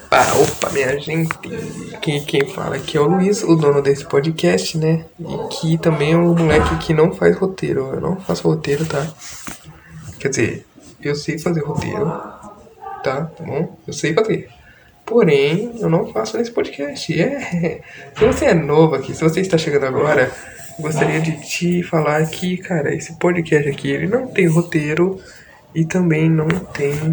Opa, minha gente. Quem fala aqui é o Luiz, o dono desse podcast, né? E que também é um moleque que não faz roteiro. Eu não faço roteiro, tá? Quer dizer, eu sei fazer roteiro, tá bom? Eu sei fazer. Porém, eu não faço nesse podcast. Se você é novo aqui, se você está chegando agora, gostaria de te falar que, cara, esse podcast aqui, ele não tem roteiro e também não tem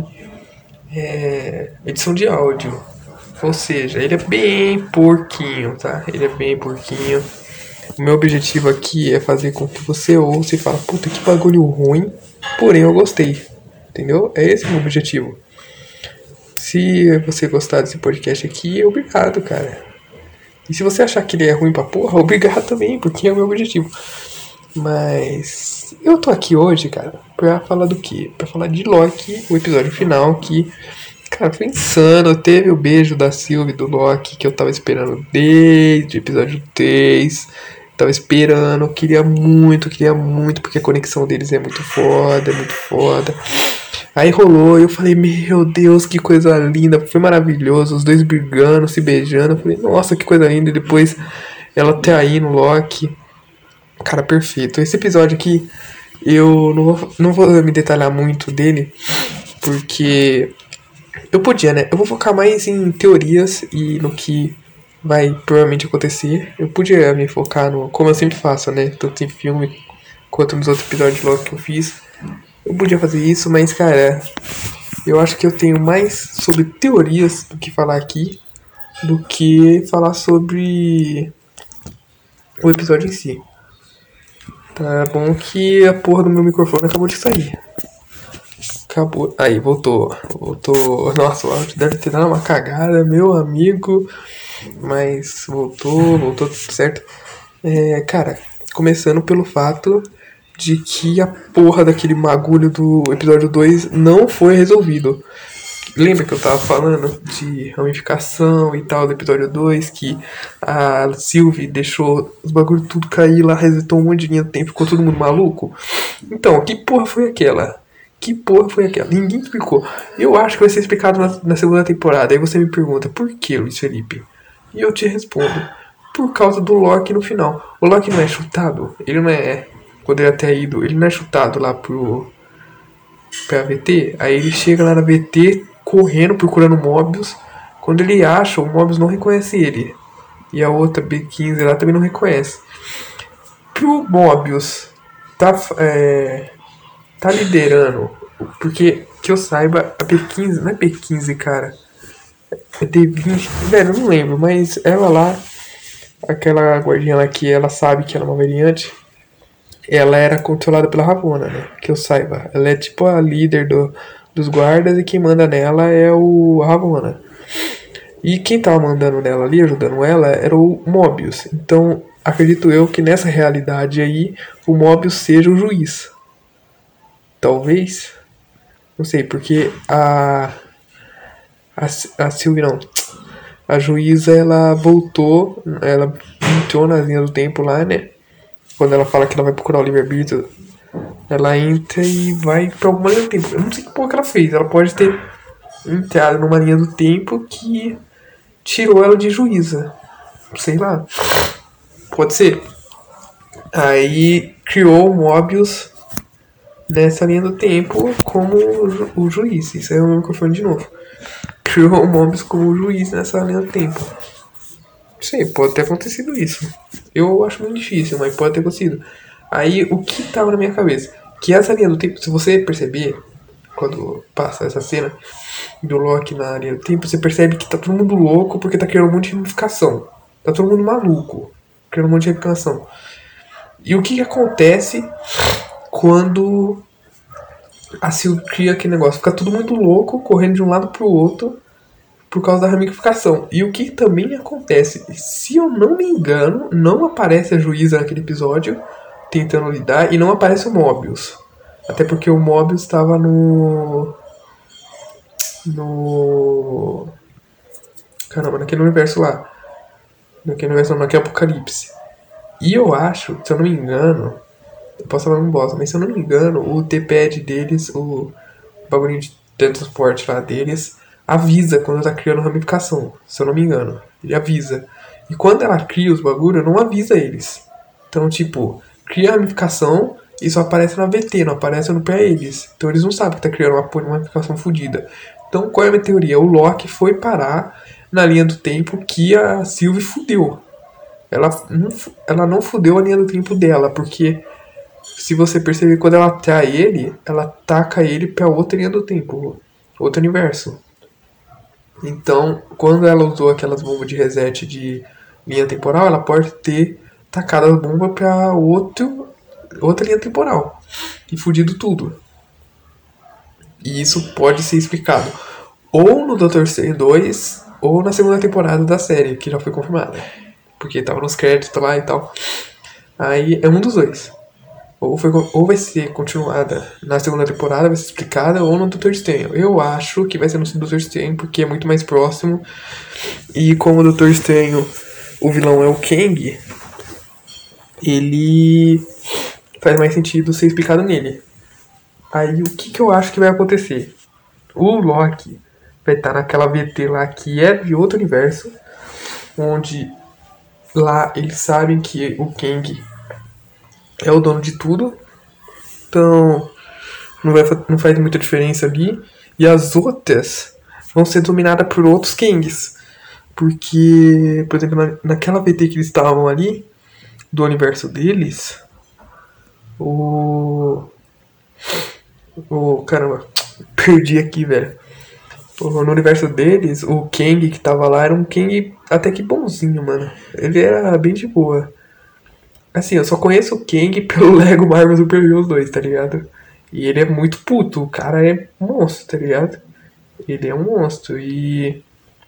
edição de áudio. Ou seja, ele é bem porquinho, tá? Ele é bem porquinho. O meu objetivo aqui é fazer com que você ouça e fale, puta, que bagulho ruim, porém eu gostei. Entendeu? É esse o meu objetivo. Se você gostar desse podcast aqui, obrigado, cara. E se você achar que ele é ruim pra porra, obrigado também, porque é o meu objetivo. Mas eu tô aqui hoje, cara, pra falar do quê? Pra falar de Loki, o episódio final, que, cara, foi insano. Teve o beijo da Sylvie e do Loki, que eu tava esperando desde o episódio 3. Tava esperando, queria muito, porque a conexão deles é muito foda, é muito foda. Aí rolou, eu falei, meu Deus, que coisa linda, foi maravilhoso, os dois brigando, se beijando. Eu falei, nossa, que coisa linda. E depois ela tá aí no Loki. Cara, perfeito. Esse episódio aqui, eu não vou me detalhar muito dele, porque eu podia, né? Eu vou focar mais em teorias e no que vai provavelmente acontecer. Eu podia me focar no, como eu sempre faço, né? Tanto em filme quanto nos outros episódios logo que eu fiz. Eu podia fazer isso, mas, cara, eu acho que eu tenho mais sobre teorias do que falar aqui do que falar sobre o episódio em si. Tá bom que a porra do meu microfone acabou de sair. Acabou. Aí, voltou. Voltou. Nossa, o áudio deve ter dado uma cagada, meu amigo. Mas voltou tudo certo. Cara, começando pelo fato de que a porra daquele bagulho do episódio 2 não foi resolvido. Lembra que eu tava falando de ramificação e tal do episódio 2, que a Sylvie deixou os bagulhos tudo cair lá, resetou um monte de linha do tempo, ficou todo mundo maluco? Então, que porra foi aquela? Que porra foi aquela? Ninguém explicou. Eu acho que vai ser explicado na segunda temporada. Aí você me pergunta, por que, Luiz Felipe? E eu te respondo, por causa do Loki no final. O Loki não é chutado? Ele não é... Quando ele até ido, ele não é chutado lá pra VT? Aí ele chega lá na VT correndo, procurando o Mobius. Quando ele acha, o Mobius não reconhece ele. E a outra B15 lá também não reconhece. Pro Mobius tá liderando, porque que eu saiba, a B15, não é B15, cara. É D20, velho, eu não lembro, mas ela lá, aquela guardinha lá que ela sabe que ela é uma variante, ela era controlada pela Ravonna, né? Que eu saiba. Ela é tipo a líder dos guardas e quem manda nela é o Ravonna. E quem tava mandando nela ali, ajudando ela, era o Mobius. Então, acredito eu que nessa realidade aí, o Mobius seja o juiz. Talvez. Não sei, porque a Sylvie não. A juíza, ela voltou, ela entrou nas linhas do tempo lá, né? Quando ela fala que ela vai procurar o livre-arbítrio, ela entra e vai pra alguma linha do tempo. Eu não sei que porra que ela fez. Ela pode ter entrado numa linha do tempo que tirou ela de juíza. Sei lá. Pode ser. Aí criou o Mobius nessa linha do tempo como o juiz. Isso aí é o meu microfone de novo. Criou o Mobius como juiz nessa linha do tempo. Não sei, pode ter acontecido isso. Eu acho muito difícil, mas pode ter acontecido. Aí, o que tava na minha cabeça? Que essa linha do tempo, se você perceber, quando passa essa cena do Loki na linha do tempo, você percebe que tá todo mundo louco porque tá criando um monte de ramificação. Tá todo mundo maluco, criando um monte de ramificação. E o que acontece quando a Sil cria aquele negócio? Fica todo mundo louco, correndo de um lado pro outro, por causa da ramificação. E o que também acontece, se eu não me engano, não aparece a juíza naquele episódio tentando lidar e não aparece o Mobius. Até porque o Mobius estava caramba, naquele universo lá. Naquele universo não, naquele apocalipse. E eu acho, se eu não me engano, eu posso falar um bosta, mas se eu não me engano, o T-Pad deles, o bagulhinho de transporte lá deles, avisa quando tá criando ramificação, se eu não me engano. Ele avisa. E quando ela cria os bagulho, não avisa eles. Então, tipo, cria a ramificação e só aparece na VT, não aparece no pra eles. Então eles não sabem que tá criando uma ramificação fodida. Então, qual é a minha teoria? O Loki foi parar na linha do tempo que a Sylvie fudeu. Ela não fudeu a linha do tempo dela, porque se você perceber, quando ela atrai ele, ela taca ele pra outra linha do tempo, outro universo. Então, quando ela usou aquelas bombas de reset de linha temporal, ela pode ter tacado as bombas pra outra linha temporal e fudido tudo. E isso pode ser explicado ou no Doutor Estranho 2 ou na segunda temporada da série, que já foi confirmada. Porque tava nos créditos lá e tal. Aí é um dos dois. Ou vai ser continuada na segunda temporada, vai ser explicada, ou no Doutor Estranho. Eu acho que vai ser no Doutor Estranho, porque é muito mais próximo. E como o Doutor Estranho, o vilão é o Kang, ele faz mais sentido ser explicado nele. Aí o que eu acho que vai acontecer? O Loki vai estar naquela VT lá que é de outro universo, onde lá eles sabem que o Kang é o dono de tudo. Então não faz muita diferença ali. E as outras vão ser dominadas por outros Kangs. Porque, por exemplo, naquela VT que eles estavam ali, do universo deles, caramba, perdi aqui, velho. No universo deles, o Kang que tava lá era um Kang até que bonzinho, mano. Ele era bem de boa. Assim, eu só conheço o Kang pelo Lego Marvel Super Heroes 2, tá ligado? E ele é muito puto, o cara é um monstro, tá ligado? Ele é um monstro. E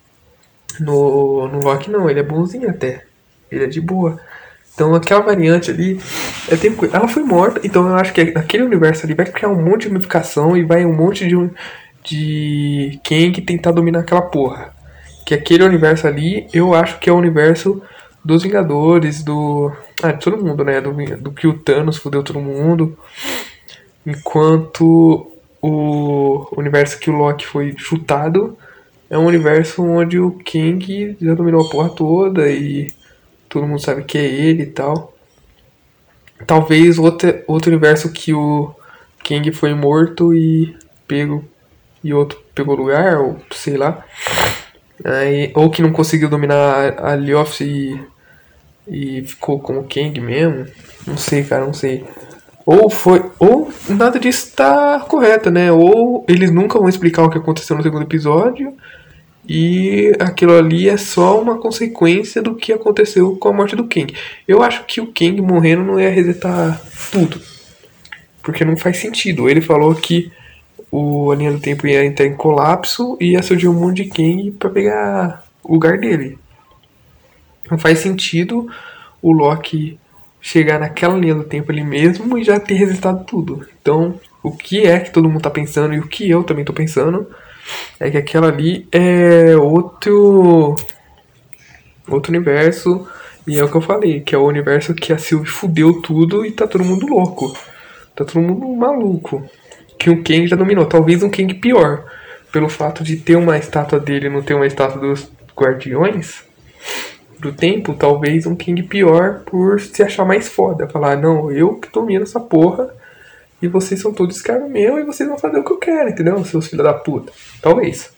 no Loki não, ele é bonzinho até. Ele é de boa. Então aquela variante ali, ela foi morta, então eu acho que aquele universo ali vai criar um monte de ramificação e vai um monte de Kang tentar dominar aquela porra. Que aquele universo ali, eu acho que é o universo dos Vingadores, de todo mundo, né? Do que o Thanos fudeu todo mundo. Enquanto o universo que o Loki foi chutado é um universo onde o Kang já dominou a porra toda e todo mundo sabe que é ele e tal. Talvez outro universo que o Kang foi morto e pego e outro pegou lugar, ou sei lá. Aí, ou que não conseguiu dominar a Leof e ficou como Kang mesmo. Não sei, cara, não sei. Ou nada disso tá correto, né? Ou eles nunca vão explicar o que aconteceu no segundo episódio e aquilo ali é só uma consequência do que aconteceu com a morte do Kang. Eu acho que o Kang morrendo não ia resetar tudo, porque não faz sentido. Ele falou que a linha do tempo ia entrar em colapso e ia surgir um monte de Kang pra pegar o lugar dele. Não faz sentido o Loki chegar naquela linha do tempo ali mesmo e já ter resetado tudo. Então, o que é que todo mundo tá pensando e o que eu também tô pensando é que aquela ali é outro universo. E é o que eu falei, que é o universo que a Sylvie fudeu tudo e tá todo mundo louco. Tá todo mundo maluco. Que o Kang já dominou. Talvez um Kang pior. Pelo fato de ter uma estátua dele e não ter uma estátua dos Guardiões do Tempo, talvez um Kang pior por se achar mais foda. Falar, não, eu que domino essa porra e vocês são todos escravos meus e vocês vão fazer o que eu quero, entendeu? Seus filhos da puta. Talvez.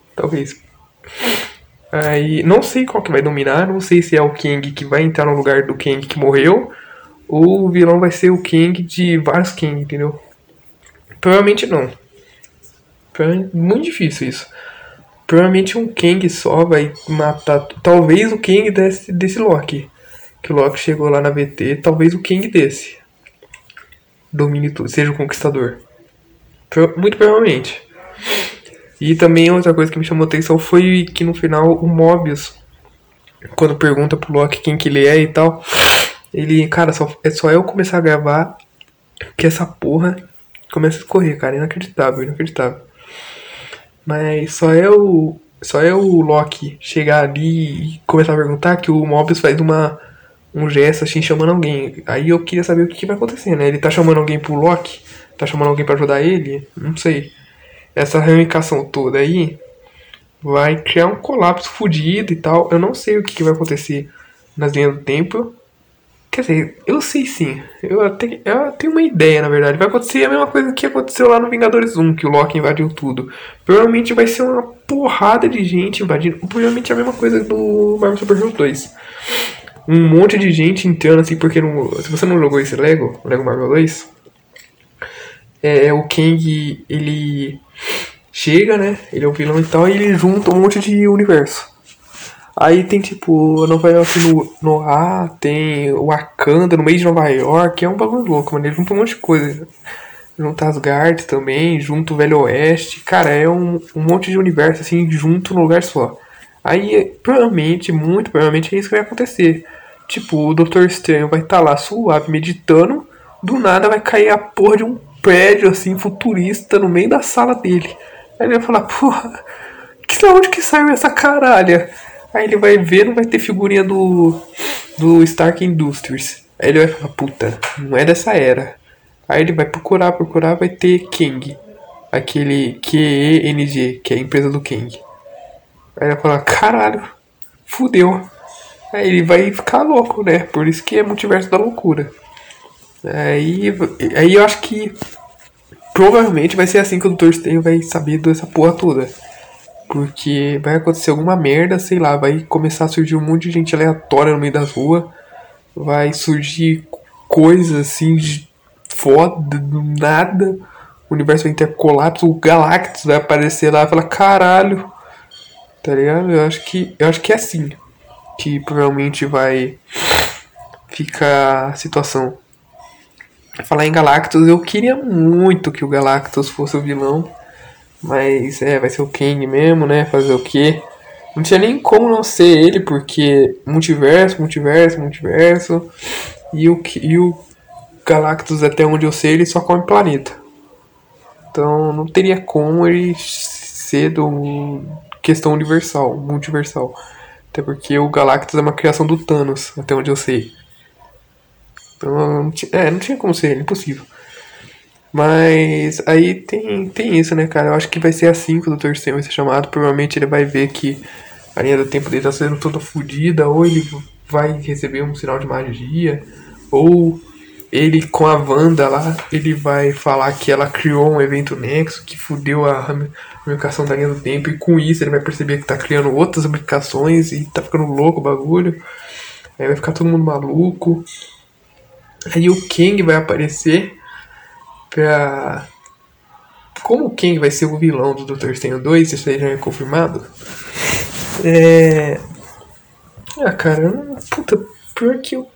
Aí, não sei qual que vai dominar, não sei se é o Kang que vai entrar no lugar do Kang que morreu ou o vilão vai ser o Kang de vários Kang, entendeu? Provavelmente não. Muito difícil isso. Provavelmente um Kang só vai matar. Talvez o Kang desse Loki. Que o Loki chegou lá na VT. Talvez o Kang desse domine tudo, seja o conquistador. Muito provavelmente. E também outra coisa que me chamou a atenção foi que no final o Mobius, quando pergunta pro Loki quem que ele é e tal, ele, cara, é só eu começar a gravar que essa porra começa a escorrer, cara. Inacreditável. Mas só é o Loki chegar ali e começar a perguntar que o Mobius faz um gesto assim chamando alguém. Aí eu queria saber o que vai acontecer, né? Ele tá chamando alguém pro Loki? Tá chamando alguém pra ajudar ele? Não sei. Essa ramificação toda aí vai criar um colapso fudido e tal. Eu não sei o que vai acontecer nas linhas do tempo. Quer dizer, eu sei sim. Eu tenho uma ideia, na verdade. Vai acontecer a mesma coisa que aconteceu lá no Vingadores 1, que o Loki invadiu tudo. Provavelmente vai ser uma porrada de gente invadindo. Provavelmente a mesma coisa do Marvel Super Heroes 2. Um monte de gente entrando assim, porque se você não jogou esse Lego, o Lego Marvel 2, o Kang, ele chega, né? Ele é o vilão e tal, e ele junta um monte de universo. Aí tem tipo Nova York no A, tem Wakanda no meio de Nova York, é um bagulho louco, mano. Ele junta um monte de coisa. Junta Asgard também, junta o Velho Oeste. Cara, é um monte de universo assim, junto num lugar só. Aí, provavelmente, muito provavelmente é isso que vai acontecer. Tipo, o Doutor Estranho vai estar lá suave, meditando. Do nada vai cair a porra de um prédio assim, futurista, no meio da sala dele. Aí ele vai falar, porra, da onde que saiu essa caralha? Aí ele vai ver, não vai ter figurinha do Stark Industries. Aí ele vai falar, puta, não é dessa era. Aí ele vai procurar, vai ter Kang. Aquele QENG, que é a empresa do Kang. Aí ele vai falar, caralho, fudeu. Aí ele vai ficar louco, né? Por isso que é multiverso da loucura. Aí eu acho que provavelmente vai ser assim que o Doutor Estranho vai saber dessa porra toda. Porque vai acontecer alguma merda, sei lá, vai começar a surgir um monte de gente aleatória no meio da rua. Vai surgir coisas assim de foda, do nada. O universo vai ter colapso, o Galactus vai aparecer lá e falar, caralho. Tá ligado? Eu acho que é assim que provavelmente vai ficar a situação. Falar em Galactus, eu queria muito que o Galactus fosse o vilão. Mas vai ser o Kang mesmo, né? Fazer o quê? Não tinha nem como não ser ele, porque multiverso. E o Galactus, até onde eu sei, ele só come planeta. Então não teria como ele ser do questão universal, multiversal. Até porque o Galactus é uma criação do Thanos, até onde eu sei. Então não tinha como ser ele, impossível. Mas aí tem isso, né, cara? Eu acho que vai ser assim que o Dr. Stone vai ser chamado. Provavelmente ele vai ver que a linha do tempo dele tá sendo toda fodida, ou ele vai receber um sinal de magia, ou ele com a Wanda lá, ele vai falar que ela criou um evento Nexo que fudeu a ramificação da linha do tempo, e com isso ele vai perceber que tá criando outras ramificações e tá ficando louco o bagulho. Aí vai ficar todo mundo maluco. Aí o Kang vai aparecer pra... Como o Kang vai ser o vilão do Dr. Estranho 2, isso aí já é confirmado. Cara, puta, pior que eu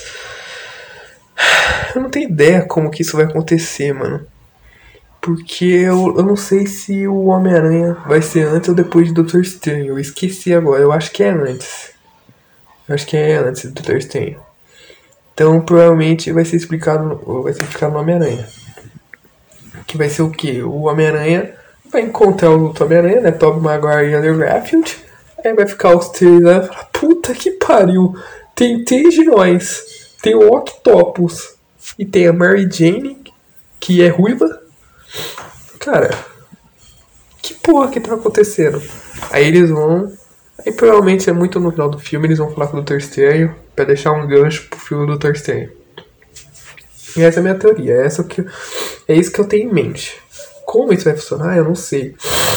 não tenho ideia como que isso vai acontecer, mano. Porque eu não sei se o Homem-Aranha vai ser antes ou depois de Dr. Estranho. Eu esqueci agora, eu acho que é antes. Eu acho que é antes do Dr. Estranho. Então provavelmente vai ser explicado no Homem-Aranha. Que vai ser o quê? O Homem-Aranha vai encontrar o outro Homem-Aranha, né? Tobey Maguire e Andrew Garfield. Aí vai ficar os três lá e falar, puta que pariu. Tem três de nós. Tem o Octopus. E tem a Mary Jane, que é ruiva. Cara, que porra que tá acontecendo? Aí eles vão... Aí provavelmente é muito no final do filme, eles vão falar com o Dr. Estranho pra deixar um gancho pro filme do Dr. Estranho. E essa é a minha teoria, é isso que eu tenho em mente. Como isso vai funcionar, eu não sei.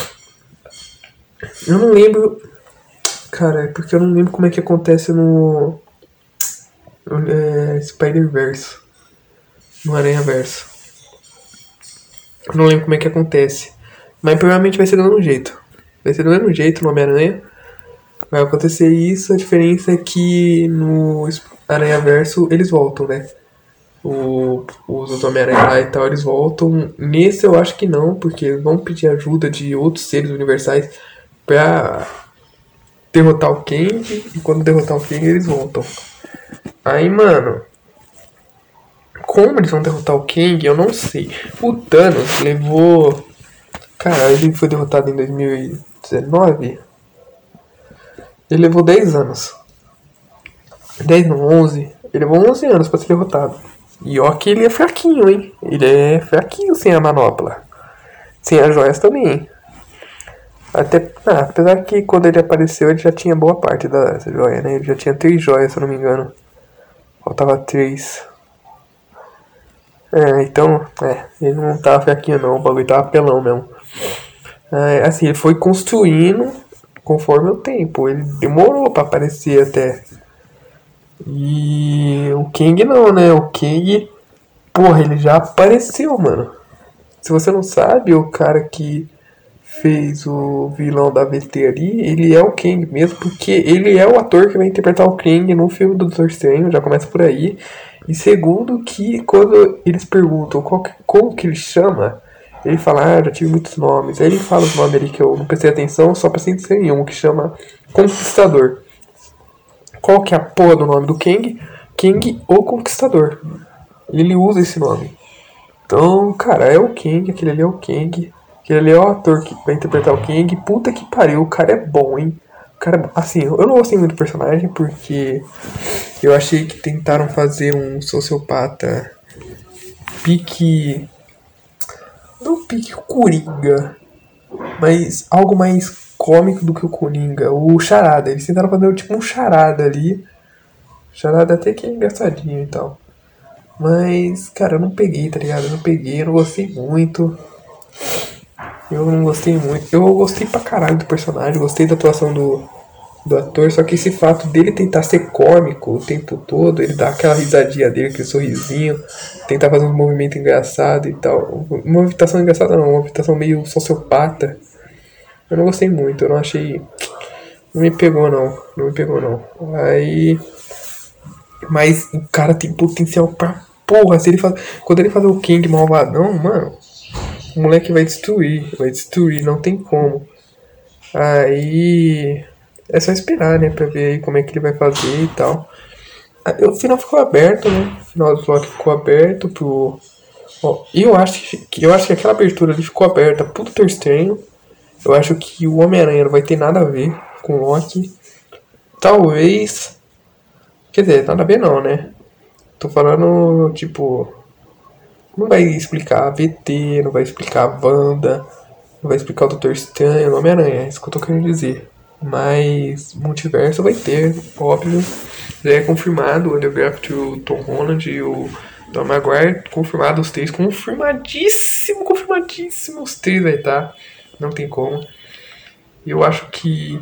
Eu não lembro... Cara, é porque eu não lembro como é que acontece no Spider-Verse. No Aranha-Verso. Eu não lembro como é que acontece. Mas provavelmente vai ser do mesmo jeito. Vai ser do mesmo jeito no Homem-Aranha. Vai acontecer isso, a diferença é que no Aranha-Verso eles voltam, né? Os outros Homem-Aranha lá e tal, eles voltam. Nesse eu acho que não, porque eles vão pedir ajuda de outros seres universais pra derrotar o Kang, e quando derrotar o Kang eles voltam. Aí, mano, como eles vão derrotar o Kang, eu não sei. O Thanos levou... Cara, ele foi derrotado em 2019. Ele levou 10 anos. 10 não, 11. Ele levou 11 anos pra ser derrotado. E ó que ele é fraquinho, hein? Ele é fraquinho sem a manopla. Sem as joias também. Apesar que quando ele apareceu ele já tinha boa parte da joia, né? Ele já tinha 3 joias, se eu não me engano. Faltava 3. Ele não tava fraquinho não, o bagulho tava pelão mesmo. Assim, ele foi construindo conforme o tempo. Ele demorou pra aparecer até. E o King não, né? O King, porra, ele já apareceu, mano. Se você não sabe, o cara que fez o vilão da VT ali, ele é o Kang mesmo, porque ele é o ator que vai interpretar o Kang no filme do Doutor Estranho, já começa por aí. E segundo que quando eles perguntam como que ele chama, ele fala, já tive muitos nomes. Aí ele fala os nomes ali que eu não prestei atenção, só prestei atenção em um, que chama Conquistador. Qual que é a porra do nome do Kang? Kang o Conquistador. Ele usa esse nome. Então, cara, é o Kang, aquele ali é o Kang. Aquele ali é o ator que vai interpretar o Kang. Puta que pariu, o cara é bom, hein? O cara, assim, eu não gostei muito do personagem porque eu achei que tentaram fazer um sociopata pique. Não pique Coringa, mas algo mais cômico do que o Coringa. O Charada, eles tentaram fazer tipo um Charada ali. Charada até que é engraçadinho e tal. Mas, cara, eu não peguei, tá ligado? Eu não peguei, eu não gostei muito. Eu não gostei muito. Eu gostei pra caralho do personagem, gostei da atuação do ator, só que esse fato dele tentar ser cômico o tempo todo, ele dar aquela risadinha dele, aquele sorrisinho, tentar fazer um movimento engraçado e tal. Uma movimentação engraçada não, uma movimentação meio sociopata. Eu não gostei muito, eu não achei. Não me pegou não. Não me pegou não. Aí. Mas o cara tem potencial pra porra. Se ele faz... Quando ele fazer o King malvadão, mano, o moleque vai destruir, não tem como. Aí é só esperar, né, pra ver aí como é que ele vai fazer e tal. O final ficou aberto, né? O final do vlog ficou aberto pro. Ó, eu acho que aquela abertura ali ficou aberta pro Doutor Estranho. Eu acho que o Homem-Aranha não vai ter nada a ver com o Loki. Talvez. Quer dizer, nada a ver não, né? Tô falando, tipo. Não vai explicar a VT, não vai explicar a Wanda, não vai explicar o Doutor Estranho, o Homem-Aranha, é isso que eu tô querendo dizer. Mas multiverso vai ter, óbvio. Já é confirmado o Andrew Garfield, o Tom Holland e o Tom Maguire. Confirmado os três. Confirmadíssimo os três vai estar. Não tem como. Eu acho que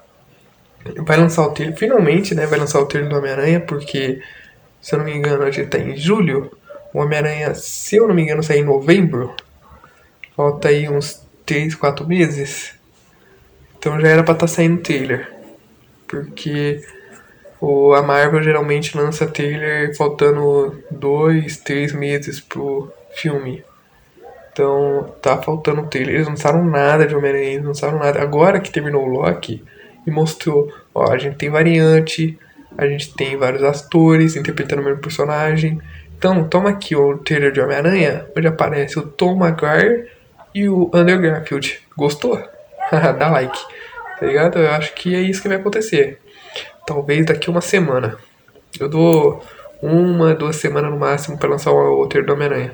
vai lançar o trailer. Finalmente, né? Vai lançar o trailer do Homem-Aranha. Porque, se eu não me engano, a gente tá em julho. O Homem-Aranha, se eu não me engano, sai em novembro. Falta aí uns 3, 4 meses. Então já era pra estar saindo o trailer. Porque a Marvel geralmente lança trailer faltando 2, 3 meses pro filme. Então tá faltando trailer. Eles não lançaram nada de Homem-Aranha, eles não lançaram nada. Agora que terminou o Loki e mostrou, ó, a gente tem variante, a gente tem vários atores interpretando o mesmo personagem. Então toma aqui o trailer de Homem-Aranha, onde aparece o Tom Maguire e o Andrew Garfield. Gostou? Dá like. Tá ligado? Eu acho que é isso que vai acontecer. Talvez daqui uma semana. Eu dou 1, 2 semanas no máximo pra lançar o trailer do Homem-Aranha.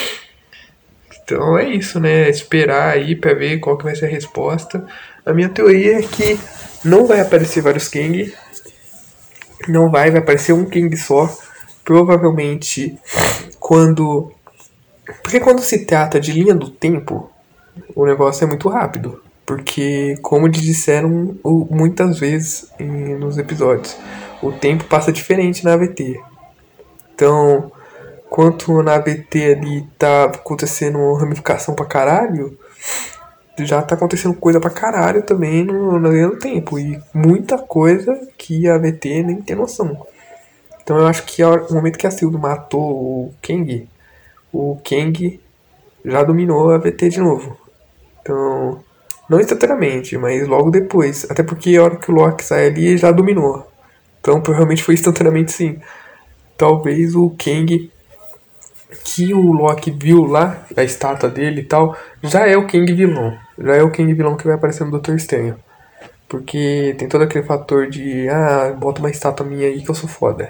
Então é isso, né? Esperar aí pra ver qual que vai ser a resposta. A minha teoria é que não vai aparecer vários Kang. Não vai aparecer um Kang só. Provavelmente quando. Porque quando se trata de linha do tempo, o negócio é muito rápido. Porque, como eles disseram muitas vezes nos episódios, o tempo passa diferente na AVT. Então, enquanto na AVT ali tá acontecendo ramificação pra caralho, já tá acontecendo coisa pra caralho também no linha do tempo. E muita coisa que a AVT nem tem noção. Então eu acho que no momento que a Sylvie matou o Kang já dominou a AVT de novo. Então, não instantaneamente, mas logo depois. Até porque a hora que o Loki sai ali, ele já dominou. Então, provavelmente foi instantaneamente sim. Talvez o Kang que o Loki viu lá, a estátua dele e tal, já é o Kang vilão. Já é o Kang vilão que vai aparecer no Doutor Estranho. Porque tem todo aquele fator de, bota uma estátua minha aí que eu sou foda.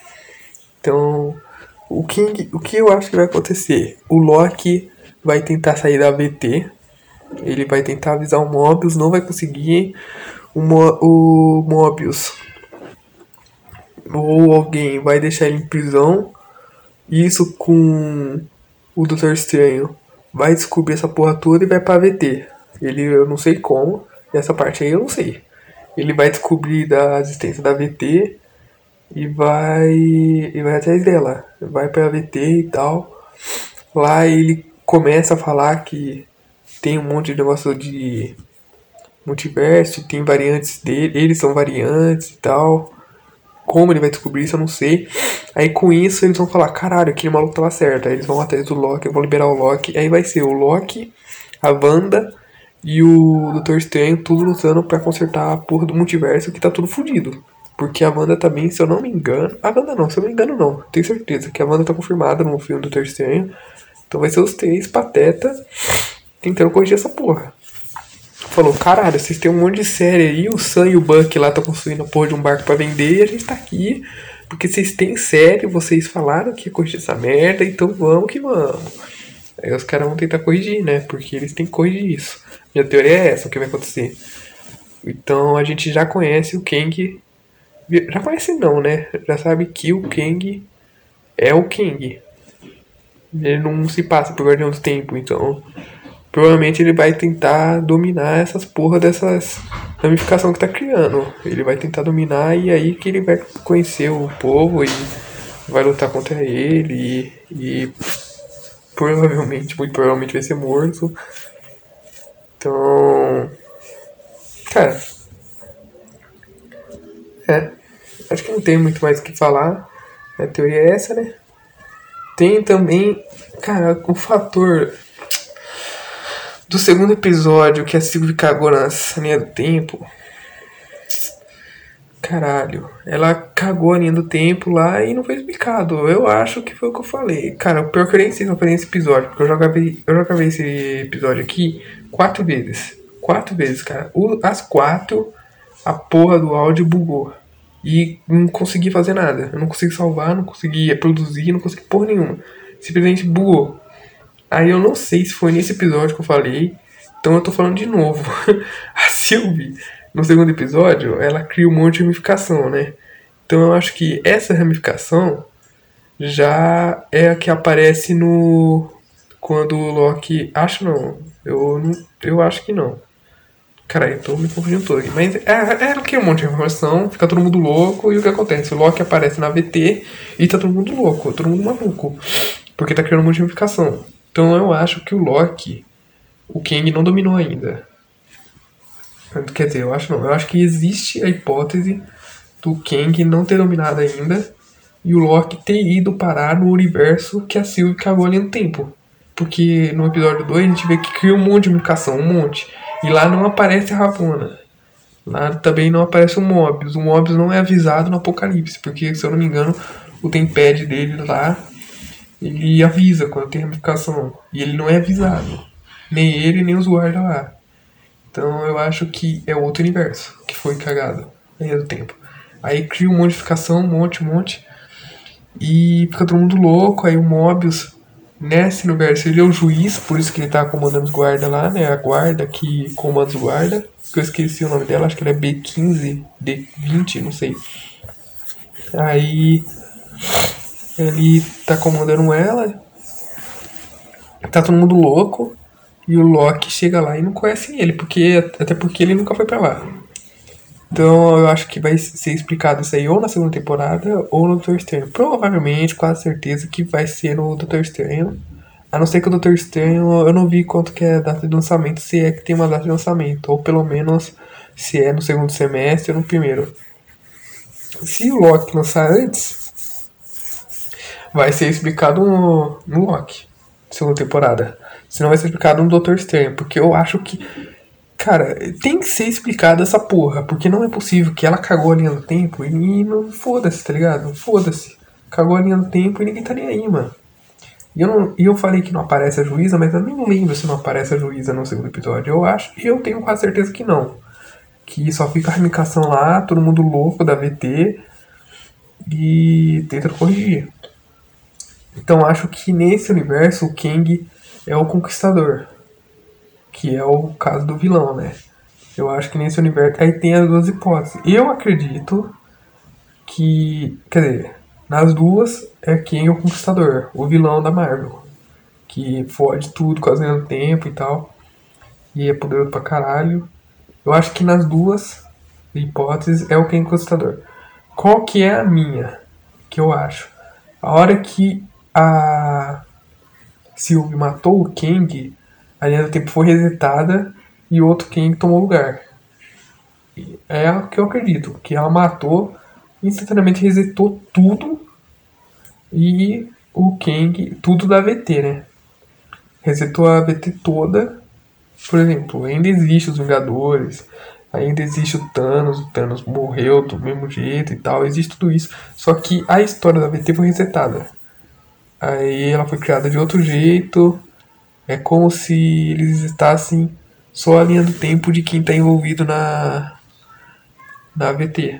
Então, o que eu acho que vai acontecer? O Loki vai tentar sair da AVT. Ele vai tentar avisar o Mobius, não vai conseguir. O Mobius ou alguém vai deixar ele em prisão. Isso com o Doutor Estranho vai descobrir essa porra toda e vai pra VT. Eu não sei como, essa parte aí eu não sei. Ele vai descobrir da existência da VT e vai atrás dela. Vai pra VT e tal. Lá ele começa a falar que tem um monte de negócio de multiverso, tem variantes dele, eles são variantes e tal. Como ele vai descobrir isso, eu não sei. Aí com isso eles vão falar, caralho, aquele maluco tava certo. Aí eles vão atrás do Loki, vão liberar o Loki. Aí vai ser o Loki, a Wanda e o Doutor Estranho tudo lutando pra consertar a porra do multiverso que tá tudo fudido. Porque a Wanda também, se eu não me engano. A Wanda não, se eu não me engano não. Tenho certeza que a Wanda tá confirmada no filme do Doutor Estranho. Então vai ser os três pateta tentando corrigir essa porra. Falou, caralho, vocês têm um monte de série aí, o Sam e o Buck lá tá construindo a porra de um barco pra vender e a gente tá aqui porque vocês têm série, vocês falaram que ia corrigir essa merda, então vamos que vamos. Aí os caras vão tentar corrigir, né? Porque eles têm que corrigir isso. Minha teoria é essa, o que vai acontecer. Então a gente já conhece o Kang. Já conhece não, né? Já sabe que o Kang é o Kang. Ele não se passa por Guardião do Tempo, então provavelmente ele vai tentar dominar essas porra dessas ramificação que tá criando. Ele vai tentar dominar e aí que ele vai conhecer o povo e vai lutar contra ele e provavelmente, muito provavelmente vai ser morto. Então, cara, acho que não tem muito mais o que falar. A teoria é essa, né? Tem também, cara, o fator do segundo episódio que a Sylvie cagou na linha do tempo. Caralho, ela cagou a linha do tempo lá e não foi explicado. Eu acho que foi o que eu falei. Cara, o pior que eu nem sei se eu falei nesse episódio, porque eu já gravei esse episódio aqui 4 vezes. 4 vezes, cara. As 4, a porra do áudio bugou. E não consegui fazer nada. Eu não consegui salvar, não consegui produzir, não consegui porra nenhuma. Simplesmente bugou. Aí eu não sei se foi nesse episódio que eu falei. Então eu tô falando de novo. A Sylvie, no segundo episódio, ela cria um monte de ramificação, né? Então eu acho que essa ramificação já é a que aparece no. Quando o Loki. Acho não. Eu acho que não. Cara, eu tô me confundindo todo aqui. Mas ela cria um monte de ramificação, fica todo mundo louco, e o que acontece? O Loki aparece na VT e tá todo mundo louco, todo mundo maluco. Porque tá criando um monte de ramificação. Então eu acho que o Loki, o Kang não dominou ainda. Quer dizer, eu acho não. Eu acho que existe a hipótese do Kang não ter dominado ainda e o Loki ter ido parar no universo que a Sylvie cagou ali no tempo. Porque no episódio 2 a gente vê que cria um monte de comunicação, um monte. E lá não aparece a Ravonna. Lá também não aparece o Mobius. O Mobius não é avisado no Apocalipse, porque se eu não me engano, o Tempad dele lá, ele avisa quando tem ramificação. E ele não é avisado. Nem ele, nem os guardas lá. Então eu acho que é outro universo que foi cagado na linha do tempo. Aí cria uma modificação, um monte. E fica todo mundo louco. Aí o Mobius, nesse universo, ele é o juiz, por isso que ele tá comandando os guardas lá, né? A guarda que comanda os guardas. Que eu esqueci o nome dela, acho que ela é B15, D20, não sei. Aí ele tá comandando ela. Tá todo mundo louco. E o Loki chega lá e não conhece ele, até porque ele nunca foi pra lá. Então eu acho que vai ser explicado isso aí ou na segunda temporada ou no Doutor Estranho. Provavelmente, quase certeza que vai ser no Doutor Estranho. A não ser que o Doutor Estranho, eu não vi quanto que é a data de lançamento, se é que tem uma data de lançamento. Ou pelo menos se é no segundo semestre ou no primeiro. Se o Loki lançar antes, vai ser explicado no Loki, segunda temporada. Senão vai ser explicado no Doutor Estranho, porque eu acho que, cara, tem que ser explicado essa porra, porque não é possível que ela cagou a linha do tempo e não foda-se, tá ligado? Foda-se. Cagou a linha do tempo e ninguém tá nem aí, mano. E eu falei que não aparece a juíza, mas eu nem lembro se não aparece a juíza no segundo episódio. Eu acho, e eu tenho quase certeza que não. Que só fica a ramificação lá, todo mundo louco da VT e tenta corrigir. Então acho que nesse universo o Kang é o conquistador. que é o caso do vilão, né? Eu acho que nesse universo aí tem as duas hipóteses. Eu acredito que, quer dizer, nas duas é quem é o Conquistador, o vilão da Marvel, que fode tudo, quase no tempo e tal, e é poderoso pra caralho. Eu acho que nas duas hipóteses é o Kang Conquistador. Qual que é a minha? Que eu acho. A hora que a Sylvie matou o Kang, a linha do tempo foi resetada e outro Kang tomou lugar. É o que eu acredito. Que ela matou, instantaneamente resetou tudo e o Kang, tudo da VT, né? Resetou a VT toda. Por exemplo, ainda existe os Vingadores, ainda existe o Thanos morreu do mesmo jeito e tal, existe tudo isso. Só que a história da VT foi resetada. Aí ela foi criada de outro jeito. É como se eles estassem só a linha do tempo de quem está envolvido na VT.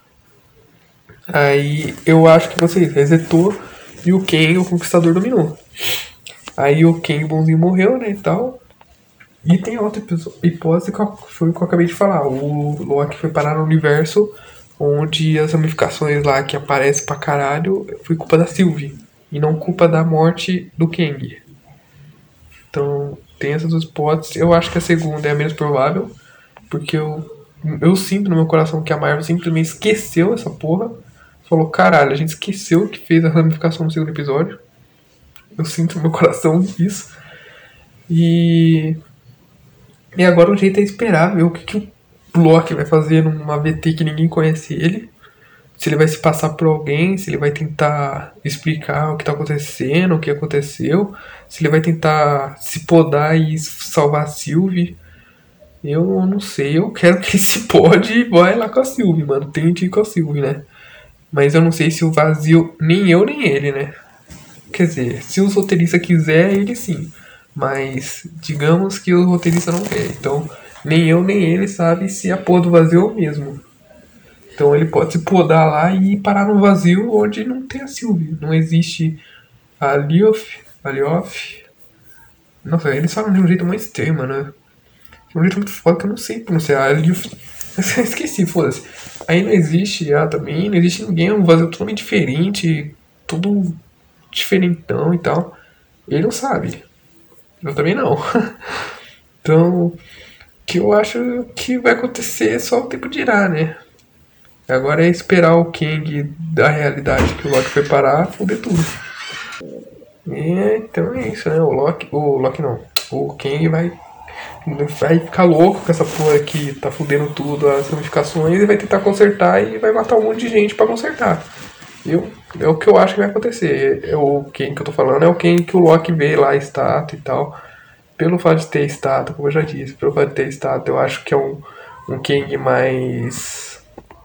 Aí eu acho que você resetou e o Kang, o Conquistador, dominou. Aí o Kang bonzinho morreu, né, e tal. E tem outra hipótese que foi o que eu acabei de falar. O Loki foi parar no universo onde as ramificações lá que aparecem pra caralho foi culpa da Sylvie. E não culpa da morte do Kang. Então tem essas duas hipóteses. Eu acho que a segunda é a menos provável. Porque eu sinto no meu coração que a Marvel simplesmente esqueceu essa porra. Falou, caralho, a gente esqueceu que fez a ramificação no segundo episódio. Eu sinto no meu coração isso. E agora o jeito é esperar ver o que o Loki vai fazer numa VT que ninguém conhece ele. Se ele vai se passar por alguém, se ele vai tentar explicar o que tá acontecendo, o que aconteceu. Se ele vai tentar se podar e salvar a Sylvie. Eu não sei, eu quero que ele se pode e vai lá com a Sylvie, mano. Tente ir com a Sylvie, né? Mas eu não sei se o vazio, nem eu nem ele, né? Quer dizer, se os roteiristas quiser, ele sim. Mas digamos que o roteirista não quer. Então, nem eu nem ele sabe se a porra do vazio é o mesmo. Então ele pode se podar lá e parar no vazio onde não tem a Sylvie. Não existe a Lioff. Nossa, eles falam de um jeito muito extremo, né? De um jeito muito foda que eu não sei pronunciar. A Lioff. Esqueci, foda-se. Aí não existe ela também, não existe ninguém, é um vazio totalmente diferente, tudo diferentão e tal. Ele não sabe. Eu também não. Então, o que eu acho que vai acontecer é só o tempo dirá, né? Agora é esperar o Kang da realidade que o Loki foi parar, foder tudo. Então é isso, né? O Loki não. O Kang vai ficar louco com essa porra que tá fudendo tudo, as ramificações, e vai tentar consertar e vai matar um monte de gente pra consertar. É o que eu acho que vai acontecer. É o Kang que eu tô falando, é o Kang que o Loki vê lá, a estátua e tal. Pelo fato de ter estátua, como eu já disse, pelo fato de ter estátua, eu acho que é um Kang mais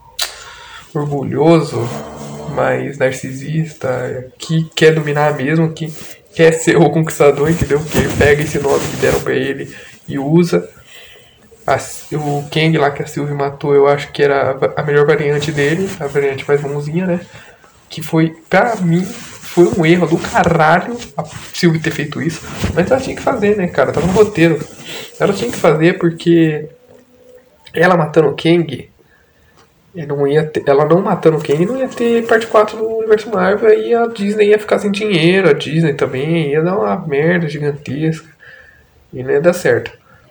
orgulhoso, mais narcisista, que quer dominar mesmo, que quer ser o conquistador, entendeu? Que ele pega esse nome que deram pra ele e usa. O Kang lá que a Sylvie matou, eu acho que era a melhor variante dele, a variante mais bonzinha, né? Que foi, pra mim, foi um erro do caralho a Sylvie ter feito isso. Mas ela tinha que fazer, né, cara? Tava no roteiro. Ela tinha que fazer porque ela matando o Kang, ela não matando o Kang, não ia ter parte 4 do universo Marvel, e a Disney ia ficar sem dinheiro, a Disney também ia dar uma merda gigantesca e não ia dar certo.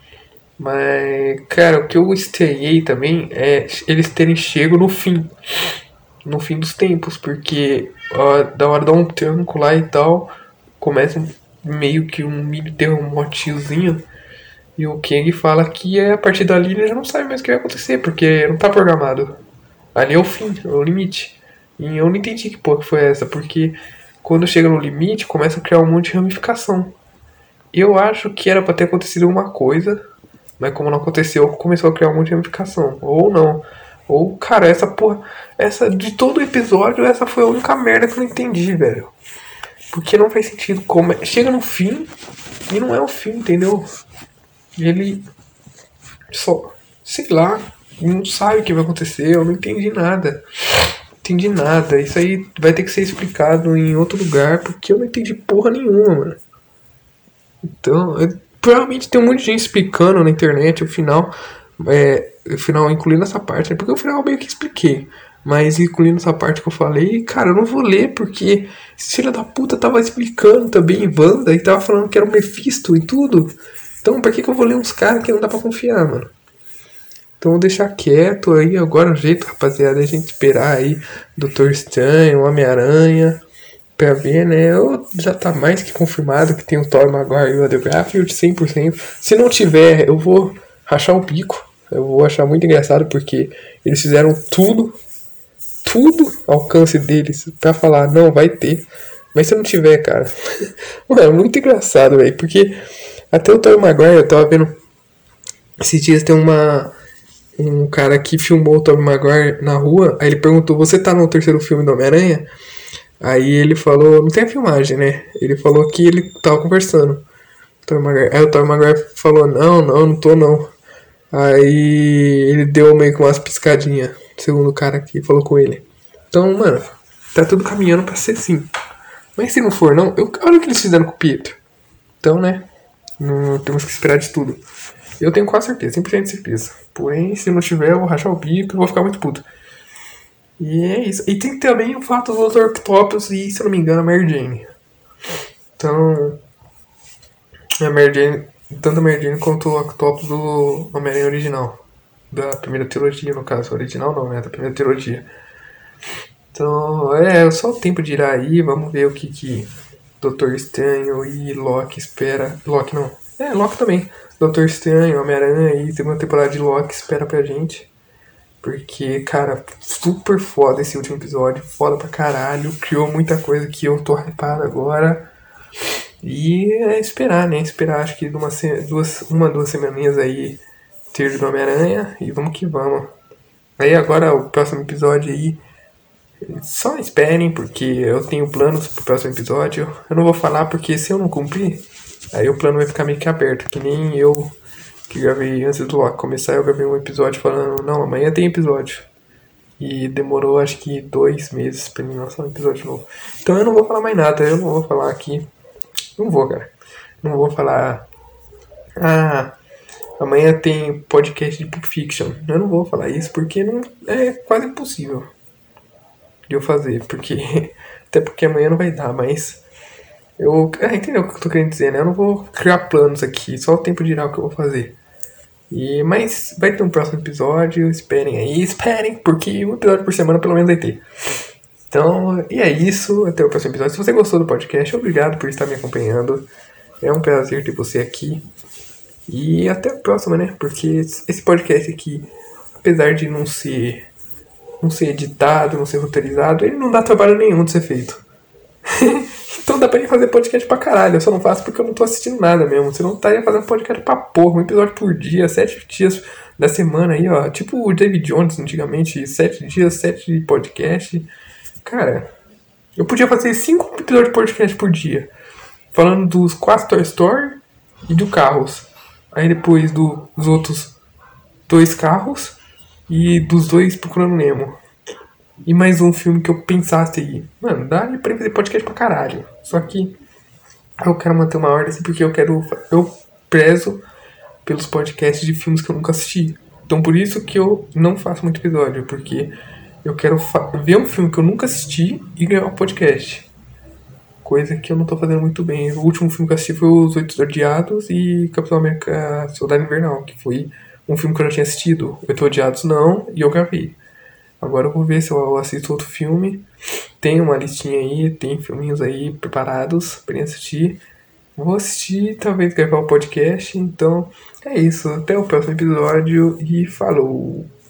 Mas, cara, o que eu estranhei também é eles terem chego no fim dos tempos, porque da hora dá um tranco lá e tal, começa meio que um mini terremotinho. E o Kang fala que a partir dali ele já não sabe mais o que vai acontecer, porque não tá programado. Ali é o fim, é o limite. E eu não entendi que porra que foi essa, porque quando chega no limite, começa a criar um monte de ramificação. Eu acho que era pra ter acontecido alguma coisa, mas como não aconteceu, começou a criar um monte de ramificação. Ou não. Ou, cara, essa porra. Essa, de todo o episódio, essa foi a única merda que eu não entendi, velho. Porque não faz sentido. Chega no fim e não é o fim, entendeu? Ele só, sei lá, não sabe o que vai acontecer, eu não entendi nada. Entendi nada. Isso aí vai ter que ser explicado em outro lugar, porque eu não entendi porra nenhuma, mano. Então, provavelmente tem um monte de gente explicando na internet o final. O final incluindo essa parte, né? Porque o final eu meio que expliquei. Mas incluindo essa parte que eu falei, cara, eu não vou ler porque esse filho da puta tava explicando também em Wanda e tava falando que era o Mephisto e tudo. Então pra que eu vou ler uns caras que não dá pra confiar, mano? Então vou deixar quieto aí, agora o jeito, rapaziada, é a gente esperar aí Doutor Estranho, Homem-Aranha, pra ver, né? Eu já tá mais que confirmado que tem o Thor Maguire e o Andrew Garfield, 100%. Se não tiver, eu vou rachar o bico. Eu vou achar muito engraçado porque eles fizeram tudo ao alcance deles pra falar, não, vai ter. Mas se não tiver, cara, mano, é muito engraçado, velho, porque até o Tobey Maguire, eu tava vendo, esses dias tem um cara que filmou o Tobey Maguire na rua, aí ele perguntou, você tá no terceiro filme do Homem-Aranha? Aí ele falou, não tem a filmagem, né? Ele falou que ele tava conversando. Aí o Tobey Maguire falou, não tô não. Aí ele deu meio que umas piscadinhas, segundo o cara que falou com ele. Então, mano, tá tudo caminhando pra ser sim. Mas se não for, não, olha o que eles fizeram com o Pietro. Então, né, não temos que esperar de tudo. Eu tenho quase certeza, 100% de certeza. Porém, se não tiver, eu vou rachar o bico e vou ficar muito puto. E é isso. E tem também o fato do Dr. Octopus e, se eu não me engano, a Mary Jane. Então, a Mary Jane, tanto a Mary Jane quanto o Octopus do Homem-Aranha original. Da primeira trilogia, no caso. Original não, né? Da primeira trilogia. Então, só o tempo de ir aí. Vamos ver o que Doutor Estranho e Loki espera. Loki não. Loki também. Doutor Estranho, Homem-Aranha e segunda temporada de Loki espera pra gente. Porque, cara, super foda esse último episódio. Foda pra caralho. Criou muita coisa que eu tô hypado agora. E é esperar, né? Esperar, acho que duas semaninhas aí ter do Homem-Aranha. E vamos que vamos. Aí agora o próximo episódio aí. Só esperem, porque eu tenho planos pro próximo episódio. Eu não vou falar porque se eu não cumprir, aí o plano vai ficar meio que aberto. Que nem eu que gravei antes do Loki começar, eu gravei um episódio falando, não, amanhã tem episódio. E demorou acho que 2 meses pra mim lançar um episódio novo. Então eu não vou falar mais nada, eu não vou falar aqui. Não vou, cara. Não vou falar. Amanhã tem podcast de Pulp Fiction. Eu não vou falar isso porque não é quase impossível de eu fazer. Porque. Até porque amanhã não vai dar, mas. Entendeu o que eu tô querendo dizer, né? Eu não vou criar planos aqui, só o tempo dirá o que eu vou fazer. Mas vai ter um próximo episódio, esperem aí, porque um episódio por semana pelo menos vai ter. Então, e é isso, até o próximo episódio. Se você gostou do podcast, obrigado por estar me acompanhando. É um prazer ter você aqui. E até a próxima, né? Porque esse podcast aqui, apesar de não ser editado, não ser roteirizado, ele não dá trabalho nenhum de ser feito. Então dá pra ir fazer podcast pra caralho. Eu só não faço porque eu não tô assistindo nada mesmo. Você não estaria fazendo podcast pra porra. Um episódio por dia, 7 dias da semana aí, ó. Tipo o David Jones antigamente, 7 dias, 7 podcast. Cara, eu podia fazer 5 episódios de podcast por dia. Falando dos 4 Toy Story e do Carros. Aí depois dos outros 2 carros e dos 2 Procurando Nemo. E mais um filme que eu pensasse aí. Mano, dá pra fazer podcast pra caralho. Só que eu quero manter uma ordem assim porque eu prezo pelos podcasts de filmes que eu nunca assisti. Então por isso que eu não faço muito episódio. Porque eu quero ver um filme que eu nunca assisti e ganhar um podcast. Coisa que eu não tô fazendo muito bem. O último filme que eu assisti foi Os Oito Odiados e Capitão América Soldado Invernal. Que foi um filme que eu já tinha assistido. Oito Odiados não, e eu gravei. Agora eu vou ver se eu assisto outro filme. Tem uma listinha aí, tem filminhos aí preparados pra assistir. Vou assistir, talvez gravar um podcast. Então é isso. Até o próximo episódio e falou!